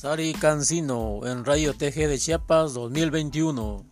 Sari Cancino en Radio TG de Chiapas 2021.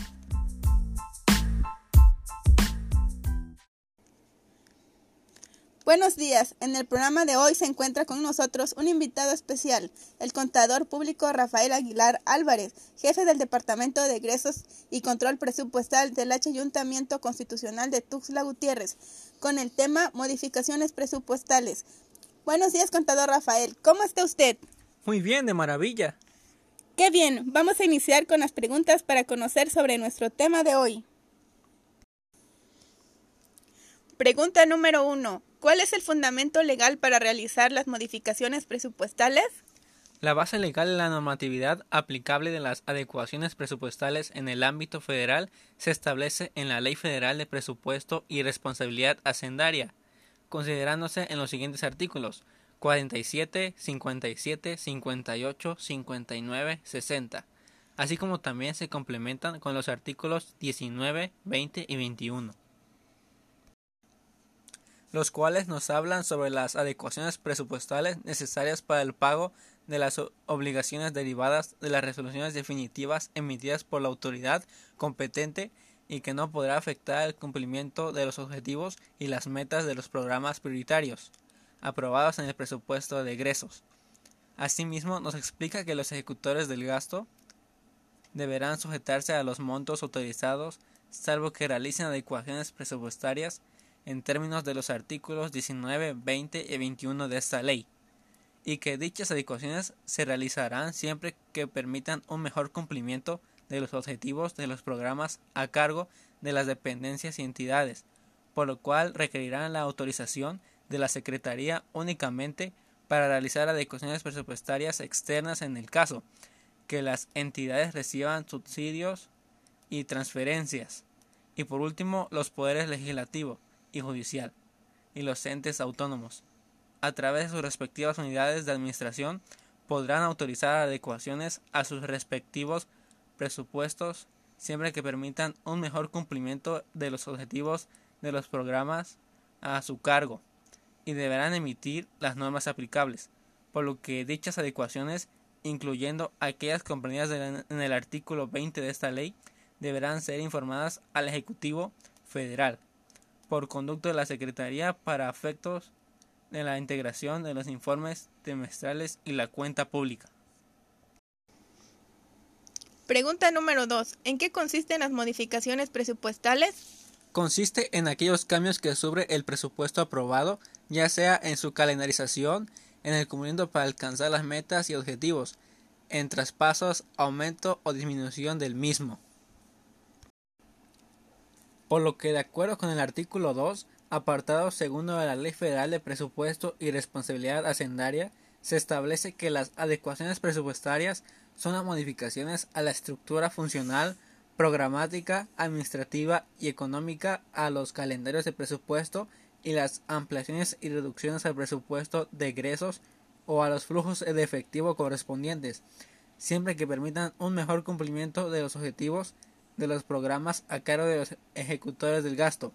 Buenos días, en el programa de hoy se encuentra con nosotros un invitado especial, el contador público Rafael Aguilar Álvarez, jefe del Departamento de Egresos y Control Presupuestal del Ayuntamiento Constitucional de Tuxtla Gutiérrez, con el tema modificaciones presupuestales. Buenos días, contador Rafael, ¿cómo está usted? Muy bien, de maravilla. ¡Qué bien! Vamos a iniciar con las preguntas para conocer sobre nuestro tema de hoy. Pregunta número 1. ¿Cuál es el fundamento legal para realizar las modificaciones presupuestales? La base legal de la normatividad aplicable de las adecuaciones presupuestales en el ámbito federal se establece en la Ley Federal de Presupuesto y Responsabilidad Hacendaria, considerándose en los siguientes artículos 47, 57, 58, 59, 60, así como también se complementan con los artículos 19, 20 y 21. Los cuales nos hablan sobre las adecuaciones presupuestales necesarias para el pago de las obligaciones derivadas de las resoluciones definitivas emitidas por la autoridad competente y que no podrá afectar el cumplimiento de los objetivos y las metas de los programas prioritarios aprobados en el presupuesto de egresos. Asimismo, nos explica que los ejecutores del gasto deberán sujetarse a los montos autorizados, salvo que realicen adecuaciones presupuestarias en términos de los artículos 19, 20 y 21 de esta ley, y que dichas adecuaciones se realizarán siempre que permitan un mejor cumplimiento de los objetivos de los programas a cargo de las dependencias y entidades, por lo cual requerirán la autorización de la Secretaría únicamente para realizar adecuaciones presupuestarias externas en el caso que las entidades reciban subsidios y transferencias, y por último los poderes legislativo y judicial y los entes autónomos, a través de sus respectivas unidades de administración, podrán autorizar adecuaciones a sus respectivos presupuestos siempre que permitan un mejor cumplimiento de los objetivos de los programas a su cargo, y deberán emitir las normas aplicables, por lo que dichas adecuaciones, incluyendo aquellas comprendidas en el artículo 20 de esta ley, deberán ser informadas al Ejecutivo Federal por conducto de la Secretaría para efectos de la integración de los informes trimestrales y la cuenta pública. Pregunta número 2. ¿En qué consisten las modificaciones presupuestales? Consiste en aquellos cambios que sufre el presupuesto aprobado, ya sea en su calendarización, en el cumplimiento para alcanzar las metas y objetivos, en traspasos, aumento o disminución del mismo. Por lo que, de acuerdo con el artículo 2, apartado segundo de la Ley Federal de Presupuesto y Responsabilidad Hacendaria, se establece que las adecuaciones presupuestarias son las modificaciones a la estructura funcional, programática, administrativa y económica a los calendarios de presupuesto y las ampliaciones y reducciones al presupuesto de egresos o a los flujos de efectivo correspondientes, siempre que permitan un mejor cumplimiento de los objetivos de los programas a cargo de los ejecutores del gasto.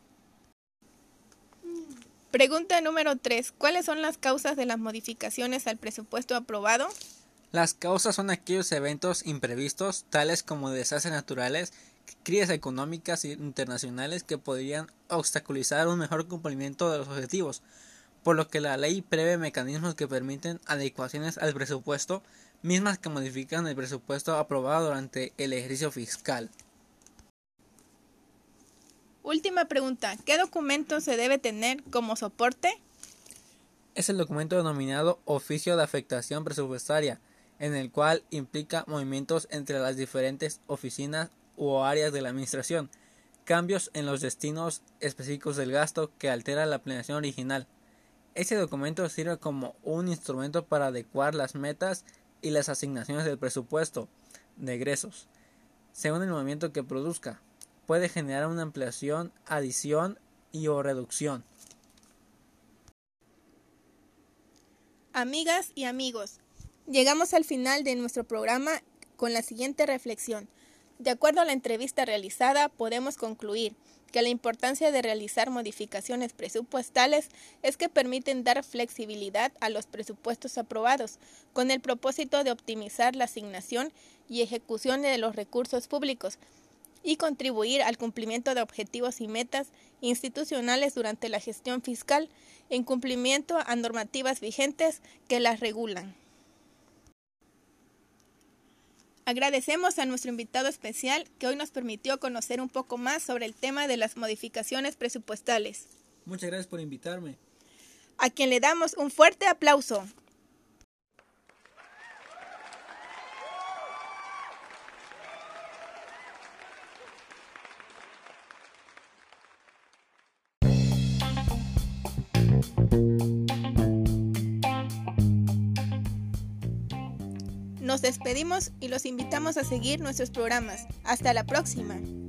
Pregunta número 3. ¿Cuáles son las causas de las modificaciones al presupuesto aprobado? Las causas son aquellos eventos imprevistos, tales como desastres naturales, crisis económicas internacionales que podrían obstaculizar un mejor cumplimiento de los objetivos, por lo que la ley prevé mecanismos que permiten adecuaciones al presupuesto, mismas que modifican el presupuesto aprobado durante el ejercicio fiscal. Última pregunta. ¿Qué documento se debe tener como soporte? Es el documento denominado Oficio de Afectación Presupuestaria, en el cual implica movimientos entre las diferentes oficinas u áreas de la administración, cambios en los destinos específicos del gasto que altera la planeación original. Este documento sirve como un instrumento para adecuar las metas y las asignaciones del presupuesto de egresos, según el movimiento que produzca. Puede generar una ampliación, adición y o reducción. Amigas y amigos, llegamos al final de nuestro programa con la siguiente reflexión. De acuerdo a la entrevista realizada, podemos concluir que la importancia de realizar modificaciones presupuestales es que permiten dar flexibilidad a los presupuestos aprobados, con el propósito de optimizar la asignación y ejecución de los recursos públicos y contribuir al cumplimiento de objetivos y metas institucionales durante la gestión fiscal en cumplimiento a normativas vigentes que las regulan. Agradecemos a nuestro invitado especial que hoy nos permitió conocer un poco más sobre el tema de las modificaciones presupuestales. Muchas gracias por invitarme. A quien le damos un fuerte aplauso. Nos despedimos y los invitamos a seguir nuestros programas. Hasta la próxima.